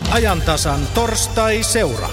Ajantasan torstai-seura.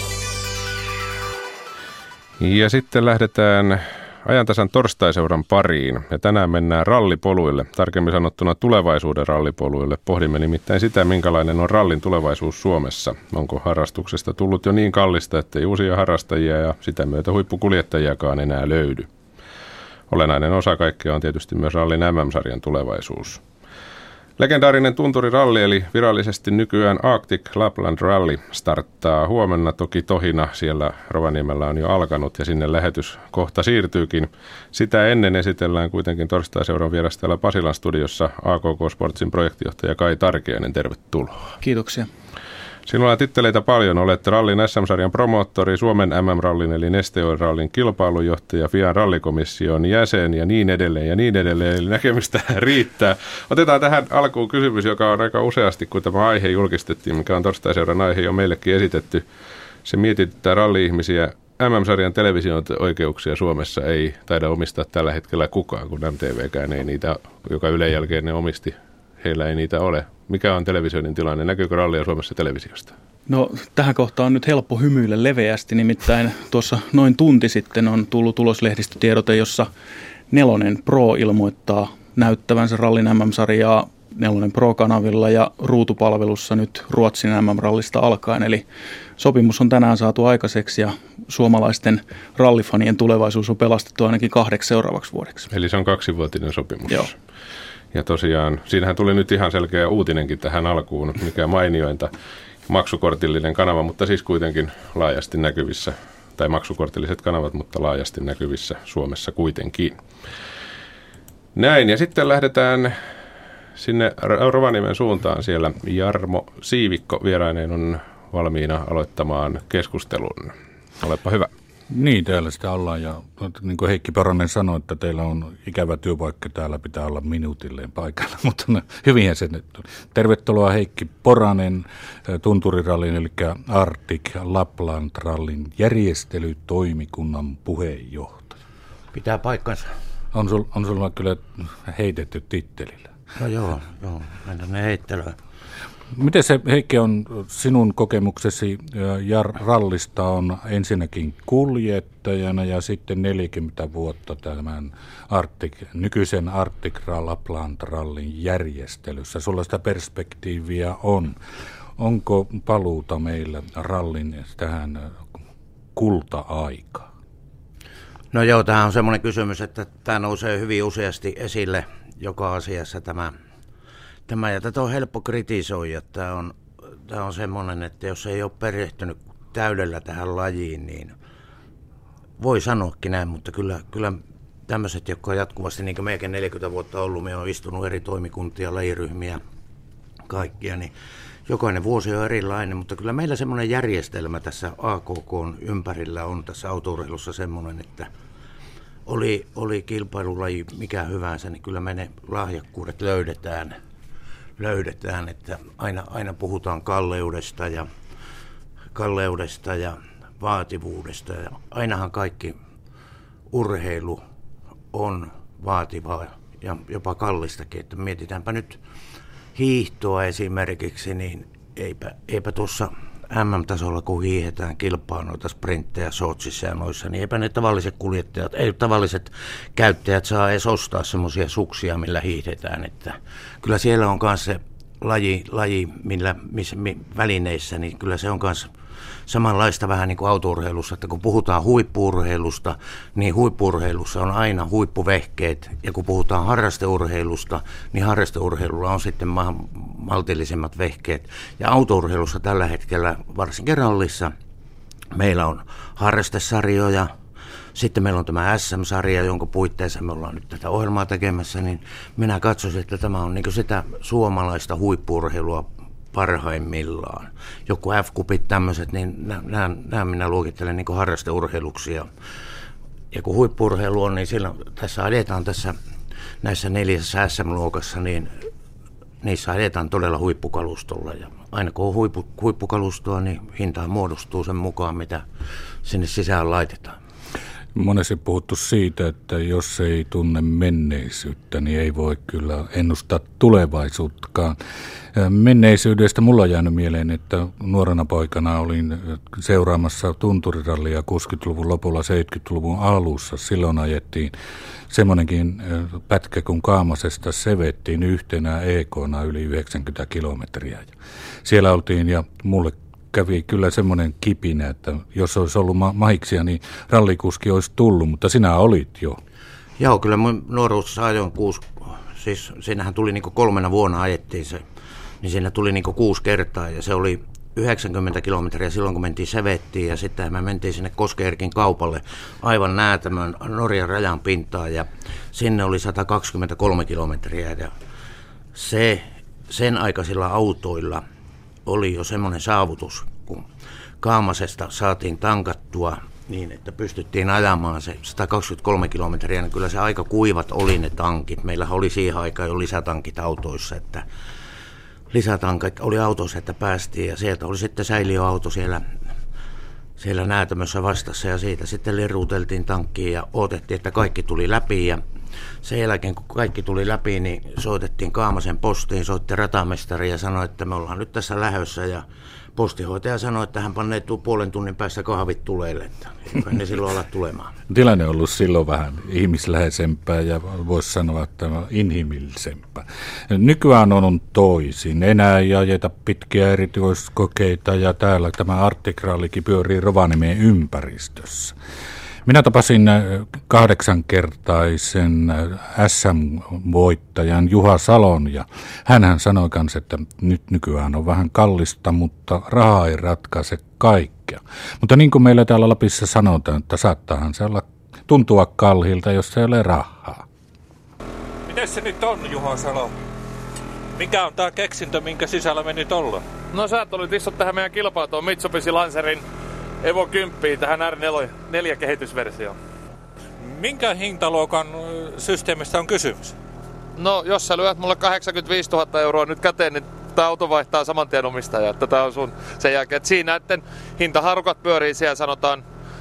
Ja sitten lähdetään Ajantasan torstai-seuran pariin. Ja tänään mennään rallipoluille, tarkemmin sanottuna tulevaisuuden rallipoluille. Pohdimme nimittäin sitä, minkälainen on rallin tulevaisuus Suomessa. Onko harrastuksesta tullut jo niin kallista, että ei uusia harrastajia ja sitä myötä huippukuljettajiakaan enää löydy. Olennainen osa kaikkea on tietysti myös rallin MM-sarjan tulevaisuus. Legendaarinen tunturiralli, eli virallisesti nykyään Arctic Lapland Rally, starttaa huomenna. Toki tohina siellä Rovaniemellä on jo alkanut ja sinne lähetys kohta siirtyykin. Sitä ennen esitellään kuitenkin torstai-seuran vieras täällä Pasilan studiossa AKK Sportsin projektijohtaja Kai Tarkiainen. Tervetuloa. Kiitoksia. Sinulla on titteleitä paljon. Olette rallin SM-sarjan promoottori, Suomen MM-rallin eli Neste Oil-rallin kilpailujohtaja, FIAn rallikomission jäsen ja niin edelleen ja niin edelleen. Eli näkemystä riittää. Otetaan tähän alkuun kysymys, joka on aika useasti, kun tämä aihe julkistettiin, mikä on torstai-seuran aihe jo meillekin esitetty. Se mietityttää ralli-ihmisiä. MM-sarjan televisio-oikeuksia Suomessa ei taida omistaa tällä hetkellä kukaan, kun MTVkään ei niitä, joka Ylen jälkeen ne omisti. Heillä ei niitä ole. Mikä on televisioinnin tilanne? Näkyykö rallia Suomessa televisiosta? No tähän kohtaan on nyt helppo hymyillä leveästi, nimittäin tuossa noin tunti sitten on tullut uloslehdistötiedote, jossa 4 Pro ilmoittaa näyttävänsä rallin MM-sarjaa 4 Pro-kanavilla ja ruutupalvelussa nyt Ruotsin MM-rallista alkaen. Eli sopimus on tänään saatu aikaiseksi ja suomalaisten rallifanien tulevaisuus on pelastettu ainakin 2 seuraavaksi vuodeksi. Eli se on 2-vuotinen sopimus. Joo. Ja tosiaan, siinähän tuli nyt ihan selkeä uutinenkin tähän alkuun, mikä mainiointa, maksukortillinen kanava, mutta siis kuitenkin laajasti näkyvissä, tai maksukortilliset kanavat, mutta laajasti näkyvissä Suomessa kuitenkin. Näin, ja sitten lähdetään sinne Rovaniemen suuntaan. Siellä Jarmo Siivikko vieraineen on valmiina aloittamaan keskustelun. Olepa hyvä. Niin, täällä sitä ollaan ja niin kuin Heikki Poranen sanoi, että teillä on ikävä työpaikka, täällä pitää olla minuutilleen paikalla, mutta no, hyvinhän se nyt on. Tervetuloa Heikki Poranen, tunturirallin eli Arctic Lapland Rallin järjestelytoimikunnan puheenjohtaja. Pitää paikkansa. On sulla kyllä heitetty tittelillä. No joo, mennään ne heittelyyn. Miten se, Heikki, on sinun kokemuksesi rallista on ensinnäkin kuljettajana ja sitten 40 vuotta tämän nykyisen Arctic Lapland Rallin järjestelyssä? Sulla sitä perspektiiviä on. Onko paluuta meillä rallin tähän kulta-aikaan? No joo, tämä on semmoinen kysymys, että tämä nousee hyvin useasti esille joka asiassa tämä ja tätä on helppo kritisoida. Tämä on semmoinen, että jos ei ole perehtynyt täydellä tähän lajiin, niin voi sanoakin näin, mutta kyllä tämmöiset, jotka on jatkuvasti, niin kuin meikin 40 vuotta ollut, me on istunut eri toimikuntia, lajiryhmiä, kaikkia, niin jokainen vuosi on erilainen, mutta kyllä meillä semmoinen järjestelmä tässä AKK:n ympärillä on tässä autourheilussa semmoinen, että oli kilpailulaji mikä hyvänsä, niin kyllä me ne lahjakkuudet löydetään, että aina puhutaan kalleudesta ja vaativuudesta. Ja ainahan kaikki urheilu on vaativaa ja jopa kallistakin. Että mietitäänpä nyt hiihtoa esimerkiksi, niin eipä tuossa MM-tasolla, kun hiihetään kilpaa noita sprinttejä Sotsissa ja noissa, niin eipä ne tavalliset käyttäjät saa edes ostaa semmoisia suksia, millä hiihdetään. Että kyllä siellä on myös se laji välineissä, niin kyllä se on myös samanlaista vähän niin kuin autourheilussa, että kun puhutaan huippu-urheilusta, niin huippu-urheilussa on aina huippuvehkeet, ja kun puhutaan harrasteurheilusta, niin harrasteurheilulla on sitten maltillisemmat vehkeet. Ja autourheilussa tällä hetkellä, varsinkin rallissa, meillä on harrastesarjoja, sitten meillä on tämä SM-sarja, jonka puitteissa me ollaan nyt tätä ohjelmaa tekemässä, niin minä katsoisin, että tämä on niin kuin sitä suomalaista huippu-urheilua parhaimmillaan. Joku F-kupit tämmöiset, niin nämä minä luokittelen niin kuin harrasteurheiluksi. Ja kun huippu-urheilu on, niin silloin tässä ajetaan näissä 4 SM-luokassa, niin niissä ajetaan todella huippukalustolla. Ja aina kun on huippukalustoa, niin hinta muodostuu sen mukaan, mitä sinne sisään laitetaan. Monesti puhuttu siitä, että jos ei tunne menneisyyttä, niin ei voi kyllä ennustaa tulevaisuuttakaan. Menneisyydestä mulla on jäänyt mieleen, että nuorena poikana olin seuraamassa tunturirallia 60-luvun lopulla 70-luvun alussa. Silloin ajettiin semmoinenkin pätkä, kun Kaamasesta Sevettiin yhtenä EK:na yli 90 kilometriä. Siellä oltiin ja mulle kävi kyllä semmoinen kipinä, että jos olisi ollut mahiksia, niin rallikuski olisi tullut, mutta sinä olit jo. Joo, kyllä mun nuoruudessa ajoin siis siinähän tuli niin kuin 3 vuonna ajettiin se, niin siinä tuli niin kuin 6 kertaa ja se oli 90 kilometriä silloin, kun mentiin Sevettiin ja sitten me mentiin sinne Koskeerkin kaupalle aivan näätämön Norjan rajan pintaan ja sinne oli 123 kilometriä ja sen aikaisilla autoilla oli jo semmoinen saavutus, kun Kaamasesta saatiin tankattua niin, että pystyttiin ajamaan se 123 kilometriä, niin kyllä se aika kuivat oli ne tankit. Meillä oli siihen aikaan jo lisätankit autoissa, että lisätankit oli autoissa, että päästiin ja sieltä oli sitten säiliöauto siellä näätämössä vastassa ja siitä sitten leruuteltiin tankkiin ja odotettiin, että kaikki tuli läpi ja sen jälkeen, kun kaikki tuli läpi, niin soitettiin Kaamasen postiin, soitti ratamestari ja sanoi, että me ollaan nyt tässä lähössä ja postihoitaja sanoi, että hän panee puolen tunnin päästä kahvit tuleille, että eikä ne silloin ala tulemaan. Tilanne on ollut silloin vähän ihmisläheisempää ja voisi sanoa, että inhimillisempää. Nykyään on toisin. Enää ei ajeta pitkiä erityiskokeita ja täällä tämä Arctic-rallikin pyörii Rovaniemen ympäristössä. Minä tapasin 8-kertaisen SM-voittajan Juha Salon ja hänhän sanoi kanssa, että nyt nykyään on vähän kallista, mutta raha ei ratkaise kaikkea. Mutta niin kuin meillä täällä Lapissa sanotaan, että saattaahan se tuntua kalliilta, jos ei ole rahaa. Miten se nyt on, Juha Salo? Mikä on tämä keksintö, minkä sisällä me nyt ollaan? No sä tulit istut tähän meidän kilpailuun Mitsubishi Lancerin Evo 10 tähän R4-kehitysversioon. Minkä hintaluokan systeemistä on kysymys? No jos sä lyöt mulle 85 000 euroa nyt käteen, niin tää auto vaihtaa saman tien omistajaa. Tää on sun sen jälkeen. Et siinä näitten hintaharukat pyörii siellä sanotaan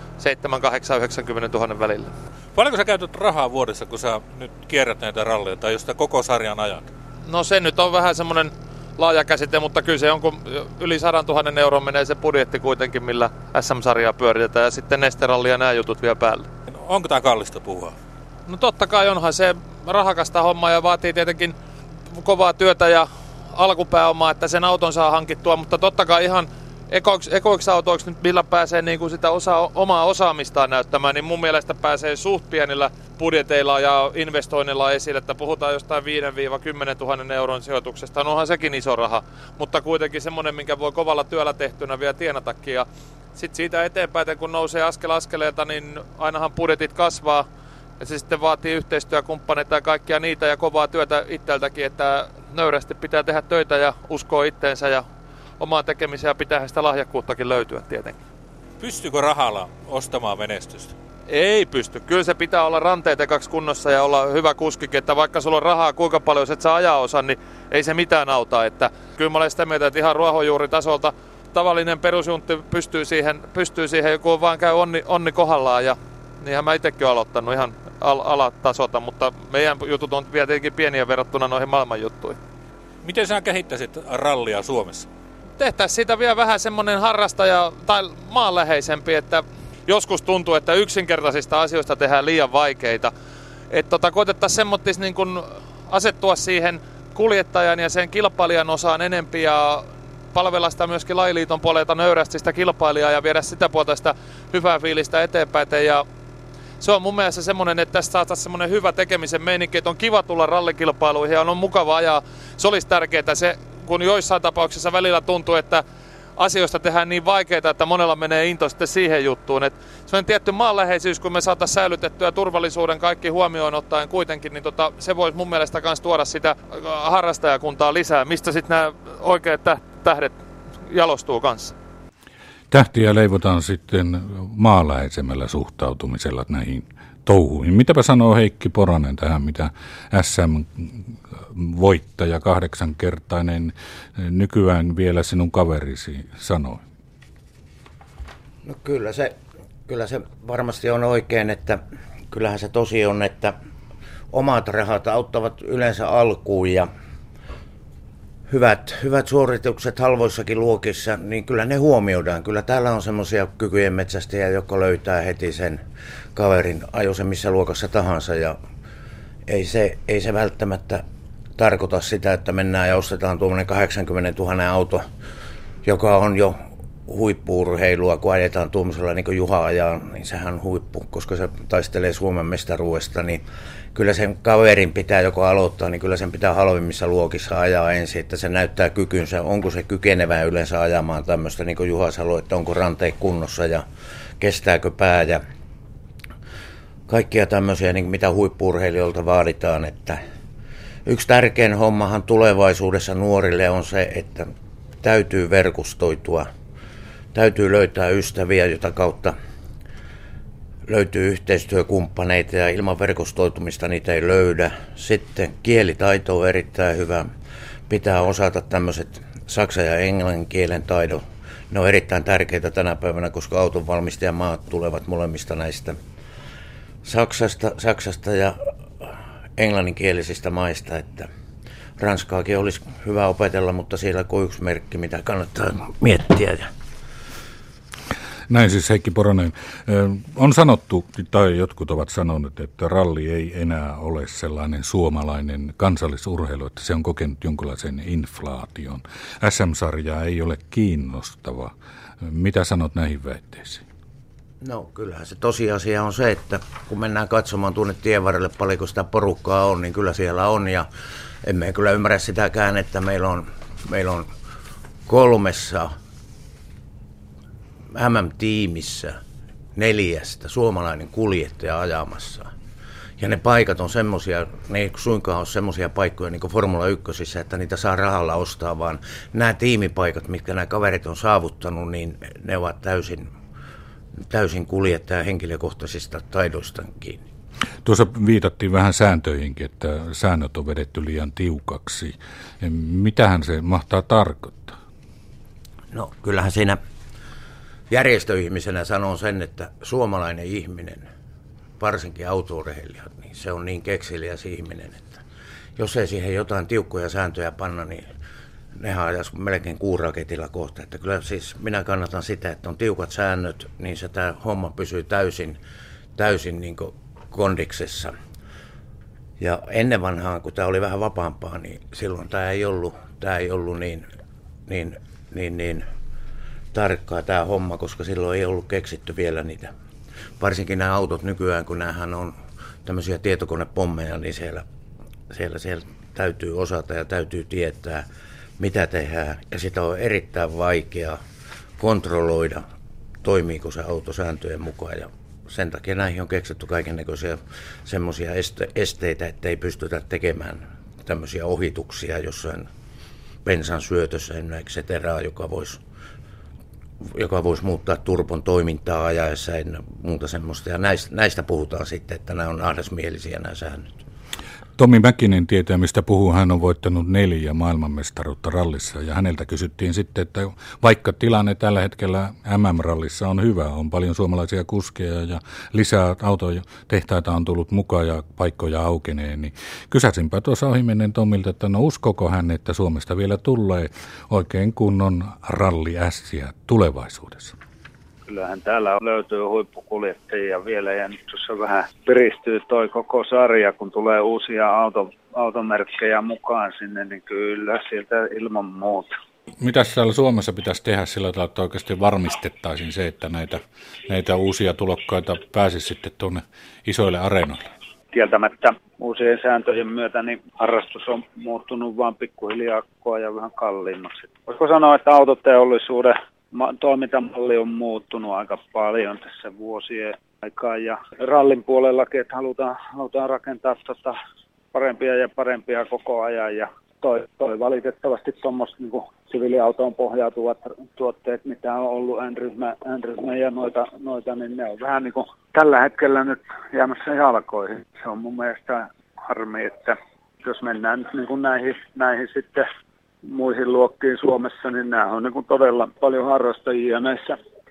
7, 8, 90 000 välillä. Paljonko sä käytät rahaa vuodessa, kun sä nyt kierrät näitä ralleja tai jos sitä koko sarjan ajat? No se nyt on vähän semmonen laaja käsite, mutta kyllä se on, kun yli 100 000 euroa menee se budjetti kuitenkin, millä SM-sarjaa pyöritetään ja sitten Nesteralli ja nämä jutut vielä päälle. Onko tämä kallista puhua? No totta kai onhan se rahakasta hommaa ja vaatii tietenkin kovaa työtä ja alkupääomaa, että sen auton saa hankittua, mutta totta kai ihan ekoiksi autoiksi nyt millä pääsee niin kuin sitä omaa osaamistaan näyttämään, niin mun mielestä pääsee suht pienillä budjeteilla ja investoinnilla esille, että puhutaan jostain 5-10 000 euron sijoituksesta. No onhan sekin iso raha, mutta kuitenkin semmoinen, minkä voi kovalla työllä tehtynä vielä tienatakin. Ja sitten siitä eteenpäin, kun nousee askel askeleelta, niin ainahan budjetit kasvaa. Ja se sitten vaatii yhteistyökumppaneita ja kaikkia niitä ja kovaa työtä itseltäkin, että nöyrästi pitää tehdä töitä ja uskoa itteensä ja omaan tekemiseen ja pitää sitä lahjakkuuttakin löytyä tietenkin. Pystyykö rahalla ostamaan menestystä? Ei pysty. Kyllä se pitää olla ranteet ekaksi kunnossa ja olla hyvä kuskikin, että vaikka sulla on rahaa kuinka paljon, jos et saa ajaa osan, niin ei se mitään auta. Että kyllä mä olen sitä mieltä, että ihan ruohonjuuritasolta tavallinen perusjuntti pystyy siihen, joku vaan käy onni kohdallaan. Ja niinhän mä itsekin olen aloittanut ihan alatasolta, mutta meidän jutut on vielä tietenkin pieniä verrattuna noihin maailman juttuihin. Miten sä kehittäisit rallia Suomessa? Tehtäisiin siitä vielä vähän semmoinen harrastaja tai maanläheisempi, että joskus tuntuu, että yksinkertaisista asioista tehdään liian vaikeita. Että koitettaisiin semmoittis niin kuin asettua siihen kuljettajan ja sen kilpailijan osaan enempi ja palvella sitä myöskin lajiliiton puolelta nöyrästi sitä kilpailijaa ja viedä sitä puolta sitä hyvää fiilistä eteenpäin. Ja se on mun mielestä semmoinen, että tästä saataisiin semmoinen hyvä tekemisen meininki, että on kiva tulla rallikilpailuihin ja on mukava ajaa. Se olisi tärkeää se, kun joissain tapauksissa välillä tuntuu, että asioista tehdään niin vaikeita, että monella menee into sitten siihen juttuun. Että se on tietty maanläheisyys, kun me saataisiin säilytettyä turvallisuuden kaikki huomioon ottaen kuitenkin, niin se voisi mun mielestä myös tuoda sitä harrastajakuntaa lisää, mistä sitten nämä oikeat tähdet jalostuu kanssa. Tähtiä leivotaan sitten maanläheisemmällä suhtautumisella näihin touhuihin. Mitäpä sanoo Heikki Poranen tähän, mitä SM-voittaja 8-kertainen nykyään vielä sinun kaverisi sanoi? No kyllä se Kyllä se varmasti on oikein, että kyllähän se tosi on, että omat rahat auttavat yleensä alkuun ja hyvät suoritukset halvoissakin luokissa, niin kyllä ne huomioidaan. Kyllä täällä on semmoisia kykyjen metsästäjiä, jotka löytää heti sen kaverin, ajo se missä luokassa tahansa. Ja ei se välttämättä tarkoita sitä, että mennään ja ostetaan tuommoinen 80 000 auto, joka on jo huippu-urheilua, kun ajetaan tuommoisella niin kuin Juha ajaa, niin sehän on huippu, koska se taistelee Suomen mestaruudesta, niin kyllä sen kaverin pitää joko aloittaa, niin kyllä sen pitää halvimmissa luokissa ajaa ensin, että se näyttää kykynsä, onko se kykenevää yleensä ajamaan tämmöistä, niin kuin Juha sanoi, että onko ranteet kunnossa ja kestääkö pää ja kaikkia tämmöisiä, niin mitä huippu-urheilijoilta vaaditaan, että yksi tärkein hommahan tulevaisuudessa nuorille on se, että täytyy verkostoitua, täytyy löytää ystäviä, jota kautta löytyy yhteistyökumppaneita ja ilman verkostoitumista niitä ei löydä. Sitten kielitaito on erittäin hyvä. Pitää osata tämmöiset saksan ja englannin kielen taidot. Ne on erittäin tärkeitä tänä päivänä, koska autonvalmistajamaat tulevat molemmista näistä Saksasta ja englanninkielisistä maista, että ranskaakin olisi hyvä opetella, mutta siellä on yksi merkki, mitä kannattaa miettiä. Näin siis Heikki Poronen. On sanottu, tai jotkut ovat sanoneet, että ralli ei enää ole sellainen suomalainen kansallisurheilu, että se on kokenut jonkinlaisen inflaation. SM-sarja ei ole kiinnostava. Mitä sanot näihin väitteisiin? No kyllähän se tosiasia on se, että kun mennään katsomaan tuonne tien varrelle paljonko sitä porukkaa on, niin kyllä siellä on. Ja emme kyllä ymmärrä sitäkään, että meillä on 3 MM-tiimissä 4 suomalainen kuljettaja ajamassa. Ja ne paikat on semmoisia, ne ei suinkaan ole semmoisia paikkoja niin kuin Formula 1, että niitä saa rahalla ostaa, vaan nämä tiimipaikat, mitkä nämä kaverit on saavuttanut, niin ne ovat täysin kuljettaja henkilökohtaisista taidoista kiinni. Tuossa viitattiin vähän sääntöihinkin, että säännöt on vedetty liian tiukaksi. Mitähän se mahtaa tarkoittaa? No kyllähän siinä järjestöihmisenä sanon sen, että suomalainen ihminen, varsinkin autourheilijat, niin se on niin kekseliäs ihminen, että jos ei siihen jotain tiukkoja sääntöjä panna, niin nehän ajaisi melkein kuuraketilla kohta. Että kyllä siis minä kannatan sitä, että on tiukat säännöt, niin se tämä homma pysyy täysin niin kuin kondiksessa. Ja ennen vanhaan, kun tämä oli vähän vapaampaa, niin silloin tämä ei ollut niin tarkkaa tämä homma, koska silloin ei ollut keksitty vielä niitä. Varsinkin nämä autot nykyään, kun näähän on tämmöisiä tietokonepommeja, niin siellä täytyy osata ja täytyy tietää, mitä tehdään. Ja sitä on erittäin vaikea kontrolloida, toimiiko se auto sääntöjen mukaan. Ja sen takia näihin on keksitty kaikennäköisiä semmoisia esteitä, että ei pystytä tekemään tämmöisiä ohituksia jossain bensan syötössä, et cetera, joka voisi muuttaa turbon toimintaa ajaessa ja muuta semmoista. Ja näistä puhutaan sitten, että nämä on ahdasmielisiä nämä säännöt. Tommi Mäkinen tietää, mistä puhuu. Hän on voittanut 4 maailmanmestaruutta rallissa ja häneltä kysyttiin sitten, että vaikka tilanne tällä hetkellä MM-rallissa on hyvä, on paljon suomalaisia kuskeja ja lisää autoja, tehtaita on tullut mukaan ja paikkoja aukenee, niin kysäsinpä tuossa ohimennen Tommilta, että no uskoko hän, että Suomesta vielä tulee oikein kunnon ralliässiä tulevaisuudessa? Kyllähän täällä löytyy huippukuljettajia vielä ja nyt tuossa vähän piristyy toi koko sarja, kun tulee uusia automerkkejä mukaan sinne, niin kyllä sieltä ilman muuta. Mitäs täällä Suomessa pitäisi tehdä sillä tavalla, että oikeasti varmistettaisiin se, että näitä uusia tulokkaita pääsisi sitten tuonne isoille areenoille? Kieltämättä uusien sääntöjen myötä niin harrastus on muuttunut vaan pikkuhiljaa ja vähän kalliimmaksi. Voisiko sanoa, että autoteollisuuden toimintamalli on muuttunut aika paljon tässä vuosien aikaa ja rallin puolellakin, että halutaan rakentaa parempia ja parempia koko ajan ja toi valitettavasti tuommoista niin siviiliautoon pohjautuvat tuotteet, mitä on ollut N-ryhmä ja noita, niin ne on vähän niin kuin tällä hetkellä nyt jäämässä jalkoihin. Se on mun mielestä harmi, että jos mennään nyt niin kuin näihin sitten muihin luokkiin Suomessa, niin nämä on niin kuin todella paljon harrastajia näissä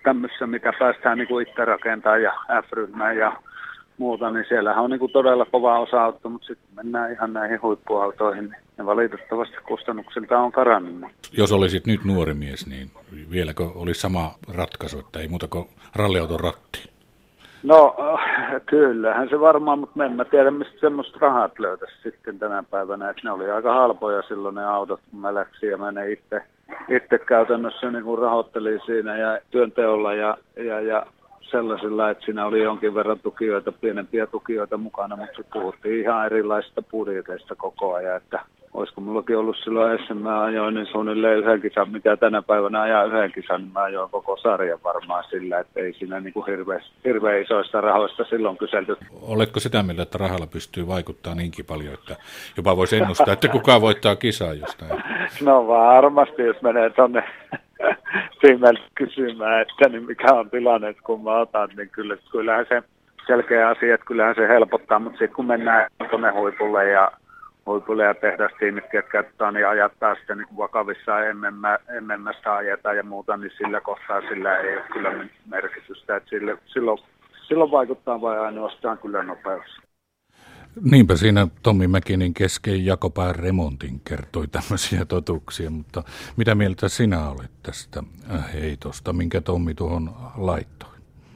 tämmöisessä, mitä päästään niin kuin itse rakentamaan ja F-ryhmään ja muuta, niin siellähän on niin kuin todella kova osa-auto, mutta sitten mennään ihan näihin huippuautoihin, niin ne valitettavasti kustannuksilta on karannut. Jos olisit nyt nuori mies, niin vieläkö olisi sama ratkaisu, että ei muuta kuin ralliauton rattiin? No kyllähän se varmaan, mutta en mä tiedä, mistä semmoista rahat löytäisi sitten tänä päivänä, että ne oli aika halpoja silloin ne autot, kun mä läksin ja mä ne itse käytännössä niin kuin rahoittelin siinä ja työnteolla ja sellaisilla, että siinä oli jonkin verran tukijoita, pienempiä tukijoita mukana, mutta sitten puhuttiin ihan erilaisista budjeteista koko ajan, että olisiko mullakin ollut silloin mä ajoin niin suunnilleen yhden kisan, mitä tänä päivänä ajaa yhden kisan, niin mä ajoin koko sarjan varmaan sillä, että ei siinä niin kuin hirveän isoista rahoista silloin kyselty. Oletko sitä mieltä, että rahalla pystyy vaikuttamaan niinkin paljon, että jopa voisi ennustaa, että kukaan voittaa kisaa jostain? No varmasti, jos menee tuonne Simelle kysymään, että niin mikä on tilanne, että kun mä otan, niin kyllähän se selkeä asia, että kyllähän se helpottaa, mutta sitten kun mennään tuonne huipulle ja tehdastiimit, ketkä käytetään, niin ajattaa sitten niin vakavissaan MM:ssä ajetaan ja muuta, niin sillä kohtaa sillä ei ole kyllä merkitystä, että silloin vaikuttaa vain ainoastaan kyllä nopeus. Niinpä siinä Tommi Mäkinen kesken jakopään remontin kertoi tämmöisiä totuuksia, mutta mitä mieltä sinä olet tästä heitosta, minkä Tommi tuohon laittoi?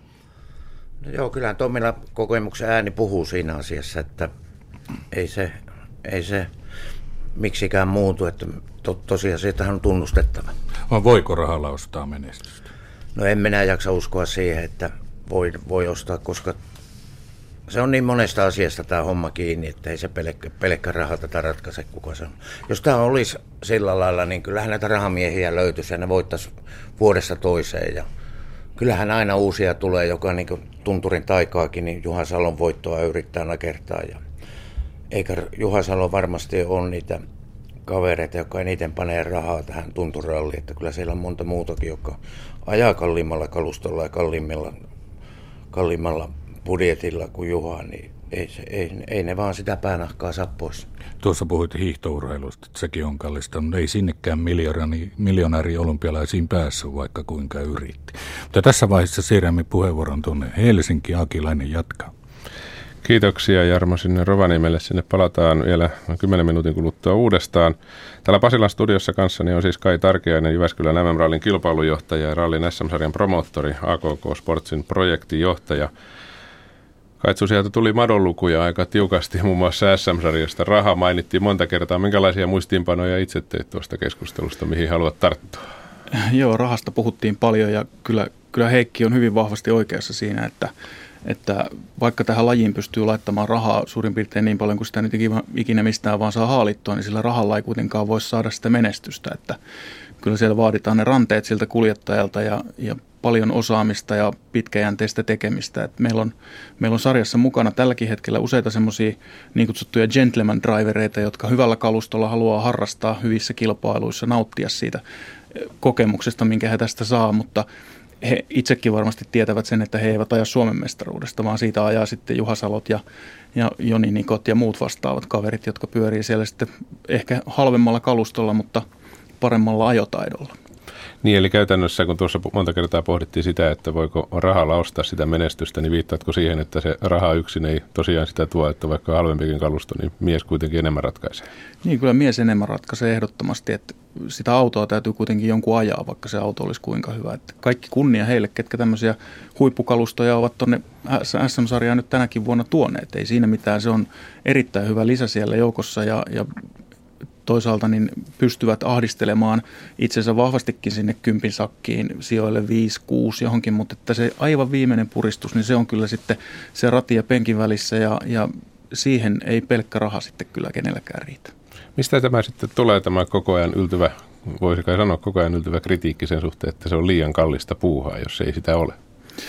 No joo, kyllähän Tommilla kokemuksen ääni puhuu siinä asiassa, että ei se miksikään muutu, että tosiasiahan on tunnustettava. Vai voiko rahalla ostaa menestystä? No en minä jaksa uskoa siihen, että voi ostaa, koska se on niin monesta asiasta tämä homma kiinni, että ei se pelkkä raha tätä ratkaise, kuka se on. Jos tämä olisi sillä lailla, niin kyllähän näitä rahamiehiä löytyisi ja ne voittaisi vuodesta toiseen. Ja kyllähän aina uusia tulee, joka niin kuin tunturin taikaakin, niin Juha Salon voittoa yrittää nakertaa. Eikä Juha Salo varmasti ole niitä kavereita, jotka eniten panee rahaa tähän tunturalliin. Että kyllä siellä on monta muutakin, jotka ajaa kalliimmalla kalustolla ja kalliimmalla budjetilla kuin Juha, niin ei ne vaan sitä päänahkaa saa pois. Tuossa puhuit hiihtourheilusta, että sekin on kallista, mutta ei sinnekään miljonääri olympialaisiin päässyt, vaikka kuinka yritti. Mutta tässä vaiheessa siirrämme puheenvuoron tuonne Helsinki. Akilainen jatkaa. Kiitoksia Jarmo sinne Rovaniemelle. Sinne palataan vielä 10 minuutin kuluttua uudestaan. Täällä Pasilan studiossa kanssani on siis Kai Tarkiainen, Jyväskylän MM-rallin kilpailujohtaja ja rallin SM-sarjan promoottori, AKK Sportsin projektijohtaja. Kaitsu, sieltä tuli madonlukuja aika tiukasti, muun muassa SM-sarjasta. Raha mainittiin monta kertaa. Minkälaisia muistiinpanoja itse teit tuosta keskustelusta, mihin haluat tarttua? Joo, rahasta puhuttiin paljon ja kyllä Heikki on hyvin vahvasti oikeassa siinä, että vaikka tähän lajiin pystyy laittamaan rahaa suurin piirtein niin paljon kuin sitä nyt ikinä mistään vaan saa haalittua, niin sillä rahalla ei kuitenkaan voi saada sitä menestystä. Että kyllä siellä vaaditaan ne ranteet siltä kuljettajalta ja paljon osaamista ja pitkäjänteistä tekemistä. Että meillä on sarjassa mukana tälläkin hetkellä useita semmoisia niin kutsuttuja gentleman drivereita, jotka hyvällä kalustolla haluaa harrastaa hyvissä kilpailuissa, nauttia siitä kokemuksesta, minkä he tästä saa, mutta he itsekin varmasti tietävät sen, että he eivät aja Suomen mestaruudesta, vaan siitä ajaa sitten Juha Salot ja Joni Nikot ja muut vastaavat kaverit, jotka pyörii siellä sitten ehkä halvemmalla kalustolla, mutta paremmalla ajotaidolla. Niin, eli käytännössä, kun tuossa monta kertaa pohdittiin sitä, että voiko rahalla ostaa sitä menestystä, niin viittaatko siihen, että se raha yksin ei tosiaan sitä tuo, että vaikka halvempikin kalusto, niin mies kuitenkin enemmän ratkaisee? Niin, kyllä mies enemmän ratkaisee ehdottomasti, että sitä autoa täytyy kuitenkin jonkun ajaa, vaikka se auto olisi kuinka hyvä. Että kaikki kunnia heille, ketkä tämmöisiä huippukalustoja ovat tuonne SM-sarjaan nyt tänäkin vuonna tuoneet. Ei siinä mitään, se on erittäin hyvä lisä siellä joukossa ja toisaalta niin pystyvät ahdistelemaan itsensä vahvastikin sinne 10 sakkiin, sijoille 5-6 johonkin, mutta että se aivan viimeinen puristus, niin se on kyllä sitten se rati ja penkin välissä ja siihen ei pelkkä raha sitten kyllä kenelläkään riitä. Mistä tämä sitten tulee tämä koko ajan yltyvä, voisi kai sanoa koko ajan yltyvä kritiikki sen suhteen, että se on liian kallista puuhaa, jos ei sitä ole?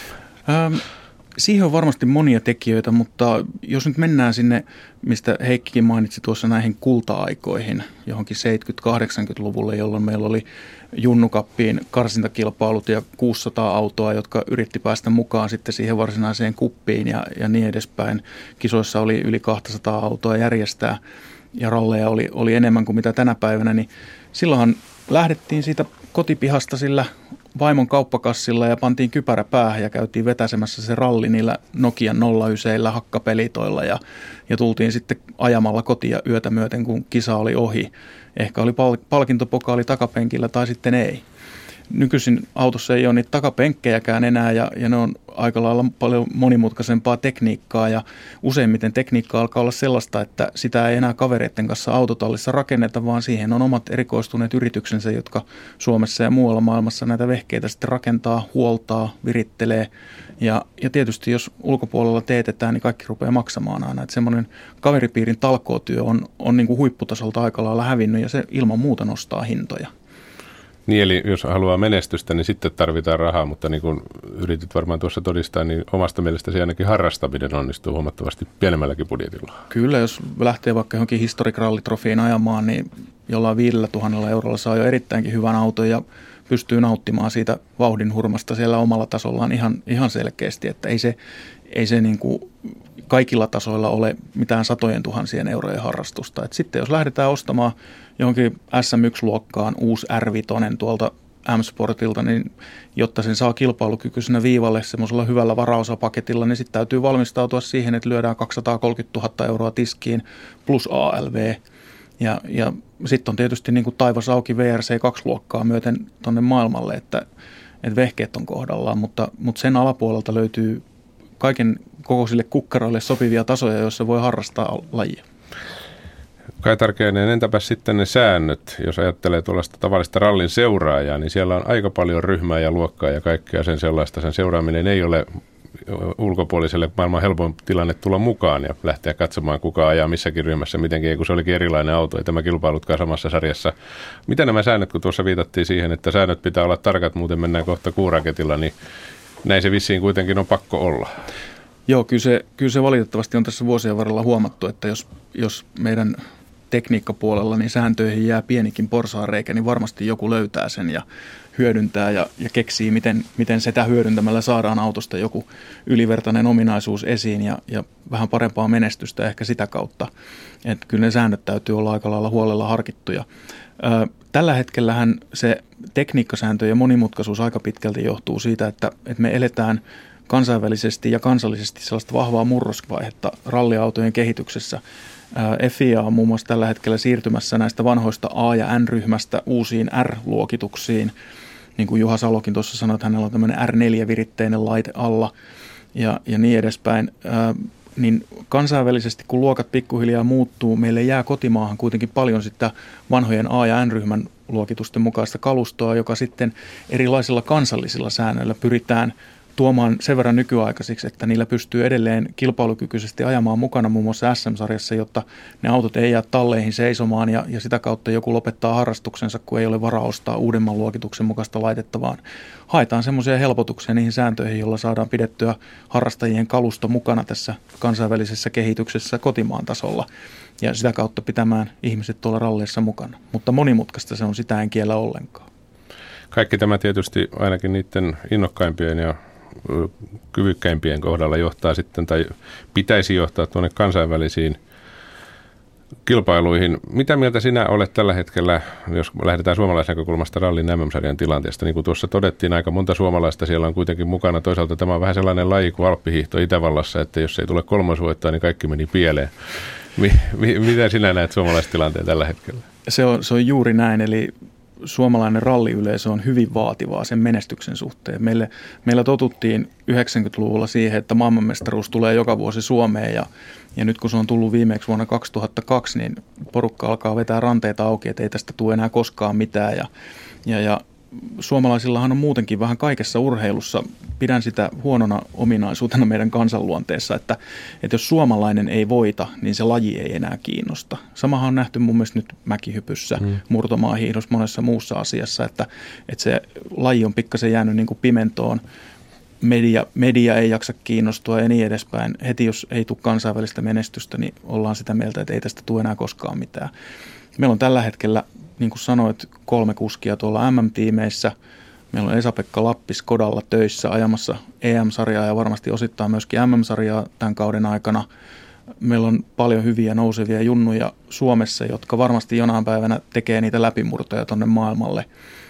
Siihen on varmasti monia tekijöitä, mutta jos nyt mennään sinne, mistä Heikkikin mainitsi tuossa näihin kulta-aikoihin, johonkin 70-80-luvulle, jolloin meillä oli Junnukappiin karsintakilpailut ja 600 autoa, jotka yritti päästä mukaan sitten siihen varsinaiseen kuppiin ja niin edespäin. Kisoissa oli yli 200 autoa järjestää ja ralleja oli enemmän kuin mitä tänä päivänä, niin silloinhan lähdettiin siitä kotipihasta sillä vaimon kauppakassilla ja pantiin kypärä päähän ja käytiin vetäsemässä se ralli niillä Nokian 09 hakkapelitoilla ja tultiin sitten ajamalla kotia yötä myöten, kun kisa oli ohi. Ehkä oli palkintopokaali takapenkillä tai sitten ei. Nykyisin autossa ei ole niitä takapenkkejäkään enää ja ne on aika lailla paljon monimutkaisempaa tekniikkaa ja useimmiten tekniikka alkaa olla sellaista, että sitä ei enää kavereiden kanssa autotallissa rakenneta, vaan siihen on omat erikoistuneet yrityksensä, jotka Suomessa ja muualla maailmassa näitä vehkeitä sitten rakentaa, huoltaa, virittelee ja tietysti jos ulkopuolella teetetään, niin kaikki rupeaa maksamaan aina. Että semmoinen kaveripiirin talkootyö on niin kuin huipputasolta aika lailla hävinnyt ja se ilman muuta nostaa hintoja. Niin, eli jos haluaa menestystä, niin sitten tarvitaan rahaa, mutta niin kuin yritit varmaan tuossa todistaa, niin omasta mielestäsi ainakin harrastaminen onnistuu huomattavasti pienemmälläkin budjetilla. Kyllä, jos lähtee vaikka johonkin Historic Rally-trofiin ajamaan, niin jollain 5 000 eurolla saa jo erittäinkin hyvän auton ja pystyy nauttimaan siitä vauhdin hurmasta siellä omalla tasollaan ihan selkeästi, että ei se niin kuin kaikilla tasoilla ole mitään satojen tuhansien eurojen harrastusta. Et sitten jos lähdetään ostamaan johonkin SM1-luokkaan uusi R5 tuolta M-Sportilta, niin jotta sen saa kilpailukykyisenä viivalle semmoisella hyvällä varaosapaketilla, niin sitten täytyy valmistautua siihen, että lyödään 230 000 euroa tiskiin plus ALV. Ja sitten on tietysti niin kuin taivas auki VRC 2-luokkaa myöten tuonne maailmalle, että vehkeet on kohdallaan, mutta sen alapuolelta löytyy kaiken kokoisille kukkaroille sopivia tasoja, joissa voi harrastaa lajia. Kai Tarkeinen, entäpä sitten ne säännöt? Jos ajattelee tuollaista tavallista rallin seuraajaa, niin siellä on aika paljon ryhmää ja luokkaa ja kaikkea sen sellaista. Sen seuraaminen ei ole ulkopuoliselle maailman helpoin tilanne tulla mukaan ja lähteä katsomaan, kuka ajaa missäkin ryhmässä, mitenkin, kun se olikin erilainen auto, ei tämä kilpailutkaan samassa sarjassa. Mitä nämä säännöt, kun tuossa viitattiin siihen, että säännöt pitää olla tarkat, muuten mennään kohta kuuraketilla, niin näin se vissiin kuitenkin on pakko olla. Joo, kyllä se valitettavasti on tässä vuosien varrella huomattu, että jos meidän tekniikkapuolella niin sääntöihin jää pienikin porsaanreikä, niin varmasti joku löytää sen ja hyödyntää ja keksii, miten sitä hyödyntämällä saadaan autosta joku ylivertainen ominaisuus esiin ja vähän parempaa menestystä ehkä sitä kautta. Että kyllä ne säännöt täytyy olla aika lailla huolella harkittuja. Tällä hetkellähän se tekniikkasääntöjen monimutkaisuus aika pitkälti johtuu siitä, että me eletään kansainvälisesti ja kansallisesti sellaista vahvaa murrosvaihetta ralliautojen kehityksessä. FIA on muun muassa tällä hetkellä siirtymässä näistä vanhoista A- ja N-ryhmästä uusiin R-luokituksiin. Niin kuin Juha Salokin tuossa sanoi, että hänellä on tämmöinen R4-viritteinen laite alla ja niin edespäin. Niin kansainvälisesti, kun luokat pikkuhiljaa muuttuu, meille jää kotimaahan kuitenkin paljon sitä vanhojen A- ja N-ryhmän luokitusten mukaista kalustoa, joka sitten erilaisilla kansallisilla säännöillä pyritään tuomaan sen verran nykyaikaisiksi, että niillä pystyy edelleen kilpailukykyisesti ajamaan mukana muun muassa SM-sarjassa, jotta ne autot ei jää talleihin seisomaan ja sitä kautta joku lopettaa harrastuksensa, kun ei ole varaa ostaa uudemman luokituksen mukaista laitetta, vaan haetaan semmoisia helpotuksia niihin sääntöihin, joilla saadaan pidettyä harrastajien kalusto mukana tässä kansainvälisessä kehityksessä kotimaan tasolla ja sitä kautta pitämään ihmiset tuolla ralleissa mukana. Mutta monimutkaista se on, sitä en kiellä ollenkaan. Kaikki tämä tietysti ainakin niiden innokkaimpien ja kyvykkäimpien kohdalla johtaa sitten, tai pitäisi johtaa tuonne kansainvälisiin kilpailuihin. Mitä mieltä sinä olet tällä hetkellä, jos lähdetään suomalaisnäkökulmasta rallin MM-sarjan tilanteesta? Niin kuin tuossa todettiin, aika monta suomalaista siellä on kuitenkin mukana. Toisaalta tämä on vähän sellainen laji kuin alppihiihto Itävallassa, että jos ei tule kolmosvoittoa, niin kaikki meni pieleen. Mitä sinä näet suomalaistilanteen tällä hetkellä? Se on juuri näin, eli suomalainen ralliyleisö on hyvin vaativaa sen menestyksen suhteen. Meillä totuttiin 90-luvulla siihen, että maailmanmestaruus tulee joka vuosi Suomeen ja nyt kun se on tullut viimeksi vuonna 2002, niin porukka alkaa vetää ranteita auki, että ei tästä tule enää koskaan mitään ja suomalaisillahan on muutenkin vähän kaikessa urheilussa, pidän sitä huonona ominaisuutena meidän kansanluonteessa, että jos suomalainen ei voita, niin se laji ei enää kiinnosta. Samahan on nähty mun mielestä nyt mäkihypyssä, murtomaahiihdossa, monessa muussa asiassa, että se laji on pikkasen jäänyt niin kuin pimentoon. Media ei jaksa kiinnostua ja niin edespäin. Heti jos ei tule kansainvälistä menestystä, niin ollaan sitä mieltä, että ei tästä tule enää koskaan mitään. Meillä on tällä hetkellä, niin kuin sanoit, 3 kuskia tuolla MM-tiimeissä. Meillä on Esa-Pekka Lappi Skodalla töissä ajamassa EM-sarjaa ja varmasti osittain myöskin MM-sarjaa tämän kauden aikana. Meillä on paljon hyviä nousevia junnuja Suomessa, jotka varmasti jonain päivänä tekee niitä läpimurtoja tuonne maailmalle.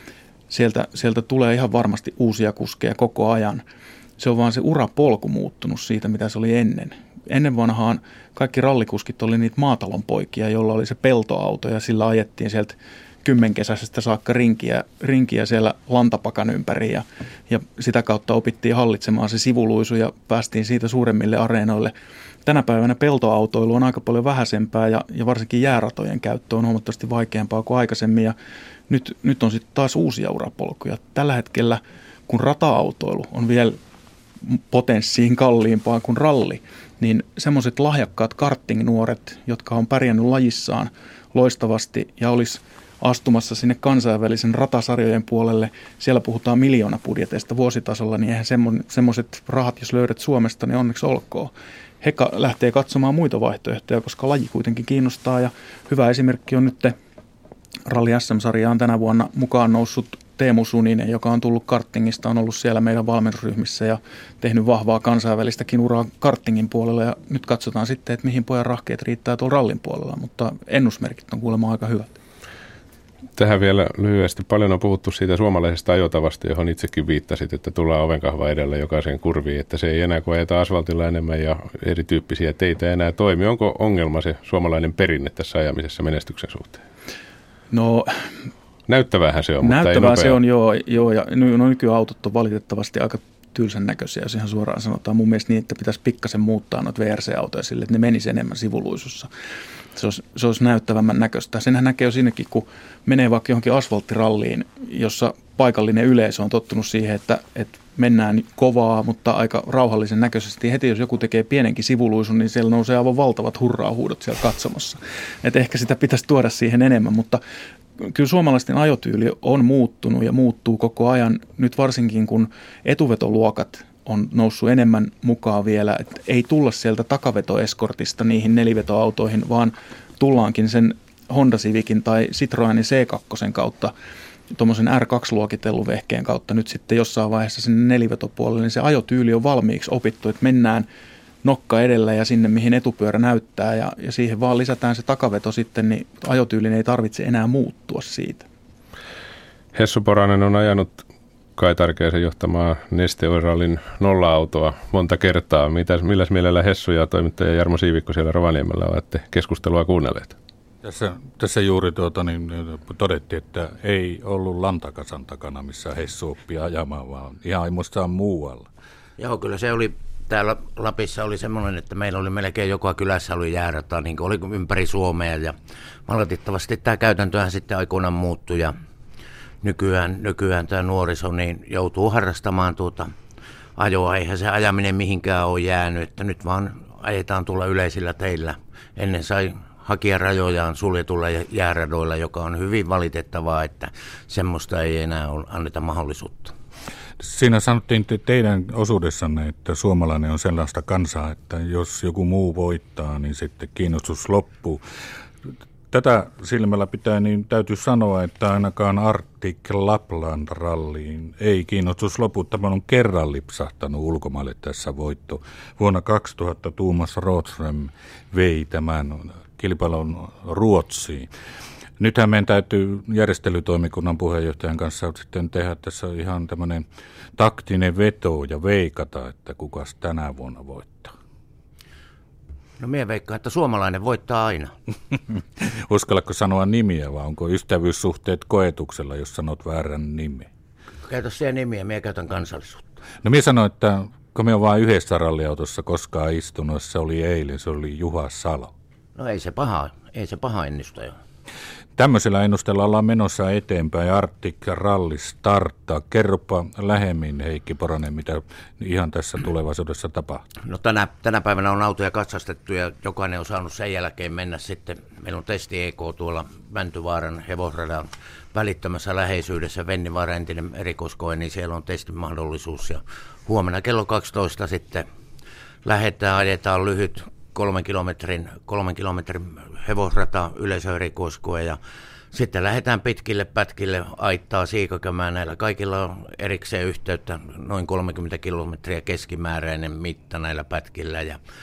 sieltä tulee ihan varmasti uusia kuskeja koko ajan. Se on vaan se urapolku muuttunut siitä, mitä se oli ennen. Ennen vanhaan kaikki rallikuskit oli niitä maatalonpoikia, jolla oli se peltoauto ja sillä ajettiin sieltä kymmenkesäisestä saakka rinkiä siellä lantapakan ympäri ja sitä kautta opittiin hallitsemaan se sivuluisu ja päästiin siitä suuremmille areenoille. Tänä päivänä peltoautoilu on aika paljon vähäisempää ja varsinkin jääratojen käyttö on huomattavasti vaikeampaa kuin aikaisemmin ja nyt on sitten taas uusia urapolkuja. Tällä hetkellä, kun rata-autoilu on vielä potenssiin kalliimpaa kuin ralli, niin semmoiset lahjakkaat karting-nuoret, jotka on pärjännyt lajissaan loistavasti ja olisi astumassa sinne kansainvälisen ratasarjojen puolelle, siellä puhutaan miljoonabudjeteista vuositasolla, niin eihän semmoiset rahat, jos löydät Suomesta, niin onneksi olkoon. He lähtee katsomaan muita vaihtoehtoja, koska laji kuitenkin kiinnostaa ja hyvä esimerkki on nyt Ralli SM-sarjaan tänä vuonna mukaan noussut Teemu Suninen, joka on tullut kartingista, on ollut siellä meidän valmennusryhmissä ja tehnyt vahvaa kansainvälistäkin uraa kartingin puolella ja nyt katsotaan sitten, että mihin pojan rahkeet riittää tuolla rallin puolella, mutta ennusmerkit on kuulemma aika hyvät. Tähän vielä lyhyesti. Paljon on puhuttu siitä suomalaisesta ajotavasta, johon itsekin viittasit, että tullaan ovenkahva edellä jokaiseen kurviin, että se ei enää kun ajetaan asfaltilla enemmän ja erityyppisiä teitä enää toimi. Onko ongelma se suomalainen perinne tässä ajamisessa menestyksen suhteen? No, näyttävähän se on, mutta ei nopea. Näyttävää se on, joo ja nykyautot on valitettavasti aika tylsän näköisiä, jos ihan suoraan sanotaan. Mun mielestä niin, että pitäisi pikkasen muuttaa noita VRC-autoja sille, että ne menisi enemmän sivuluisussa. Se olisi näyttävämmän näköistä. Senhän näkee jo sinnekin, kun menee vaikka johonkin asfalttiralliin, jossa paikallinen yleisö on tottunut siihen, että mennään kovaa, mutta aika rauhallisen näköisesti. Heti jos joku tekee pienenkin sivuluisun, niin siellä nousee aivan valtavat hurraa-huudot siellä katsomassa. Et ehkä sitä pitäisi tuoda siihen enemmän, mutta kyllä suomalaisten ajotyyli on muuttunut ja muuttuu koko ajan. Nyt varsinkin, kun etuvetoluokat on noussut enemmän mukaan vielä, että ei tulla sieltä takavetoeskortista niihin nelivetoautoihin, vaan tullaankin sen Honda Civicin tai Citroenin C2 kautta, tuommoisen R2-luokitellun vehkeen kautta nyt sitten jossain vaiheessa sinne nelivetopuolelle, niin se ajotyyli on valmiiksi opittu, että mennään nokka edellä ja sinne, mihin etupyörä näyttää ja siihen vaan lisätään se takaveto sitten, niin ajotyylin ei tarvitse enää muuttua siitä. Hessu Poranen on ajanut Kai Tarkeisen johtamaa Neste Oil-rallin nolla-autoa monta kertaa. Milläs mielellä Hessu ja toimittaja Jarmo Siivikko siellä Rovaniemellä olette keskustelua kuunnelleet? Tässä juuri todettiin, että ei ollut Lantakasan takana, missä Hessu oppii ajamaan, vaan ihan ainoastaan muualla. Joo, kyllä se oli. Täällä Lapissa oli semmoinen, että meillä oli melkein joka kylässä oli jäärata, niin kuin oli ympäri Suomea. Ja valitettavasti tämä käytäntöhän sitten aikoinaan muuttui ja nykyään tämä nuoriso niin joutuu harrastamaan ajoa. Eihän se ajaminen mihinkään ole jäänyt, että nyt vaan ajetaan tulla yleisillä teillä. Ennen sai hakia rajojaan suljetulla jääradoilla, joka on hyvin valitettavaa, että semmoista ei enää anneta mahdollisuutta. Siinä sanottiin teidän osuudessanne, että suomalainen on sellaista kansaa, että jos joku muu voittaa, niin sitten kiinnostus loppuu. Tätä silmällä pitää, niin täytyy sanoa, että ainakaan Arctic Lapland-ralliin ei kiinnostus lopu. Tämä on kerran lipsahtanut ulkomaille tässä voitto. Vuonna 2000 Thomas Rådström vei tämän kilpailun Ruotsiin. Nythän meidän täytyy järjestelytoimikunnan puheenjohtajan kanssa sitten tehdä tässä ihan tämmöinen taktinen veto ja veikata, että kukas tänä vuonna voittaa. No minä veikkaan, että suomalainen voittaa aina. Uskallatko sanoa nimiä vai onko ystävyyssuhteet koetuksella, jos sanot väärän nimen? Käytä siellä nimiä, minä käytän kansallisuutta. No minä sanoin, että kun minä olen vain yhdessä ralliautossa koskaan istunut, se oli eilen, se oli Juha Salo. No ei se paha ennustaja. Tämmöisellä ennusteella ollaan menossa eteenpäin. Arctic Rally starttaa. Kerropa lähemmin, Heikki Poranen, mitä ihan tässä tulevaisuudessa tapahtuu. No tänä päivänä on autoja katsastettu ja jokainen on saanut sen jälkeen mennä sitten. Meillä on testi-EK tuolla Mäntyvaaran hevosradan välittömässä läheisyydessä. Vennivaara entinen erikoiskoe, niin siellä on testimahdollisuus. Ja huomenna kello 12 sitten ajetaan lyhyt 3 kilometrin hevosrata yleisöerikoiskoe ja sitten lähdetään pitkille pätkille Aittaa Siikakämään. Näillä kaikilla on erikseen yhteyttä noin 30 kilometriä keskimääräinen mitta näillä pätkillä ja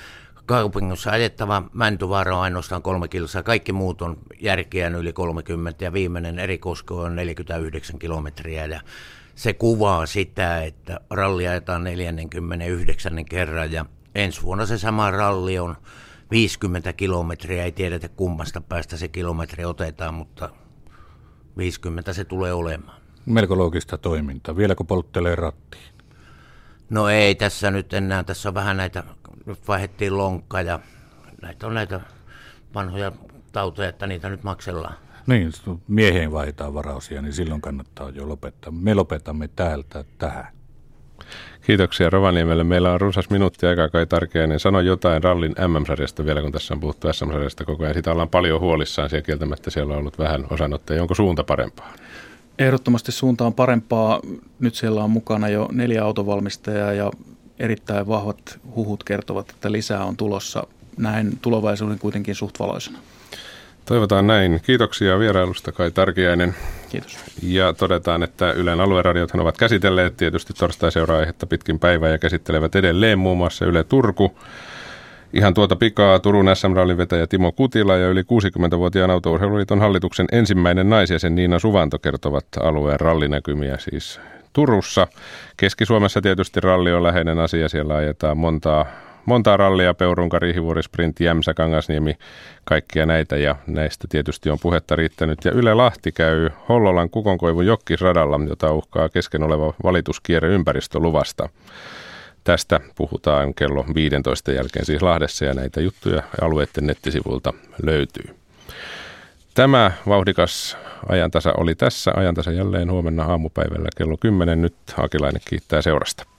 kaupungissa ajettava Mäntyvaara on ainoastaan 3 kilsaa. Kaikki muut on järkeä yli 30 ja viimeinen Erikosko on 49 kilometriä. Ja se kuvaa sitä, että ralli ajetaan 49. kerran ja ensi vuonna se sama ralli on 50 kilometriä. Ei tiedetä kummasta päästä se kilometri otetaan, mutta 50 se tulee olemaan. Melko loogista toimintaa. Vieläkö polttelee rattiin? No ei tässä nyt enää. Tässä on vähän näitä, nyt vaihdettiin lonkka ja näitä on näitä vanhoja tautoja, että niitä nyt maksellaan. Niin, mieheen vaihdetaan varausia, niin silloin kannattaa jo lopettaa. Me lopetamme täältä tähän. Kiitoksia Rovaniemelle. Meillä on runsas minuutti aikaa, Kai Tarkiainen. Sano jotain rallin MM-sarjasta vielä, kun tässä on puhuttu SM-sarjasta koko ajan. Siitä ollaan paljon huolissaan. Siellä kieltämättä siellä on ollut vähän osanottajia. Onko suunta parempaa? Ehdottomasti suunta on parempaa. Nyt siellä on mukana jo 4 autovalmistajaa ja erittäin vahvat huhut kertovat, että lisää on tulossa. Näin tulevaisuuden kuitenkin suht valoisena. Toivotaan näin. Kiitoksia vierailusta, Kai Tarkiainen. Kiitos. Ja todetaan, että Ylen alueradiothan ovat käsitelleet tietysti torstai-seura-aihetta pitkin päivää ja käsittelevät edelleen muun muassa Yle Turku. Ihan tuota pikaa Turun SM-rallin vetäjä Timo Kutila ja yli 60-vuotiaan Autourheiluliiton hallituksen ensimmäinen naisjäsen Niina Suvanto kertovat alueen rallinäkymiä siis Turussa. Keski-Suomessa tietysti ralli on läheinen asia. Siellä ajetaan montaa rallia, Peurunka, Riihivuori, Sprint, Jämsä, Kangasniemi, kaikkia näitä ja näistä tietysti on puhetta riittänyt. Ja Yle Lahti käy Hollolan Kukonkoivun Jokkisradalla, jota uhkaa kesken oleva valituskierre ympäristöluvasta. Tästä puhutaan kello 15 jälkeen siis Lahdessa ja näitä juttuja alueiden nettisivuilta löytyy. Tämä vauhdikas ajantasa oli tässä. Ajantasa jälleen huomenna aamupäivällä kello 10. Nyt Hakilainen kiittää seurasta.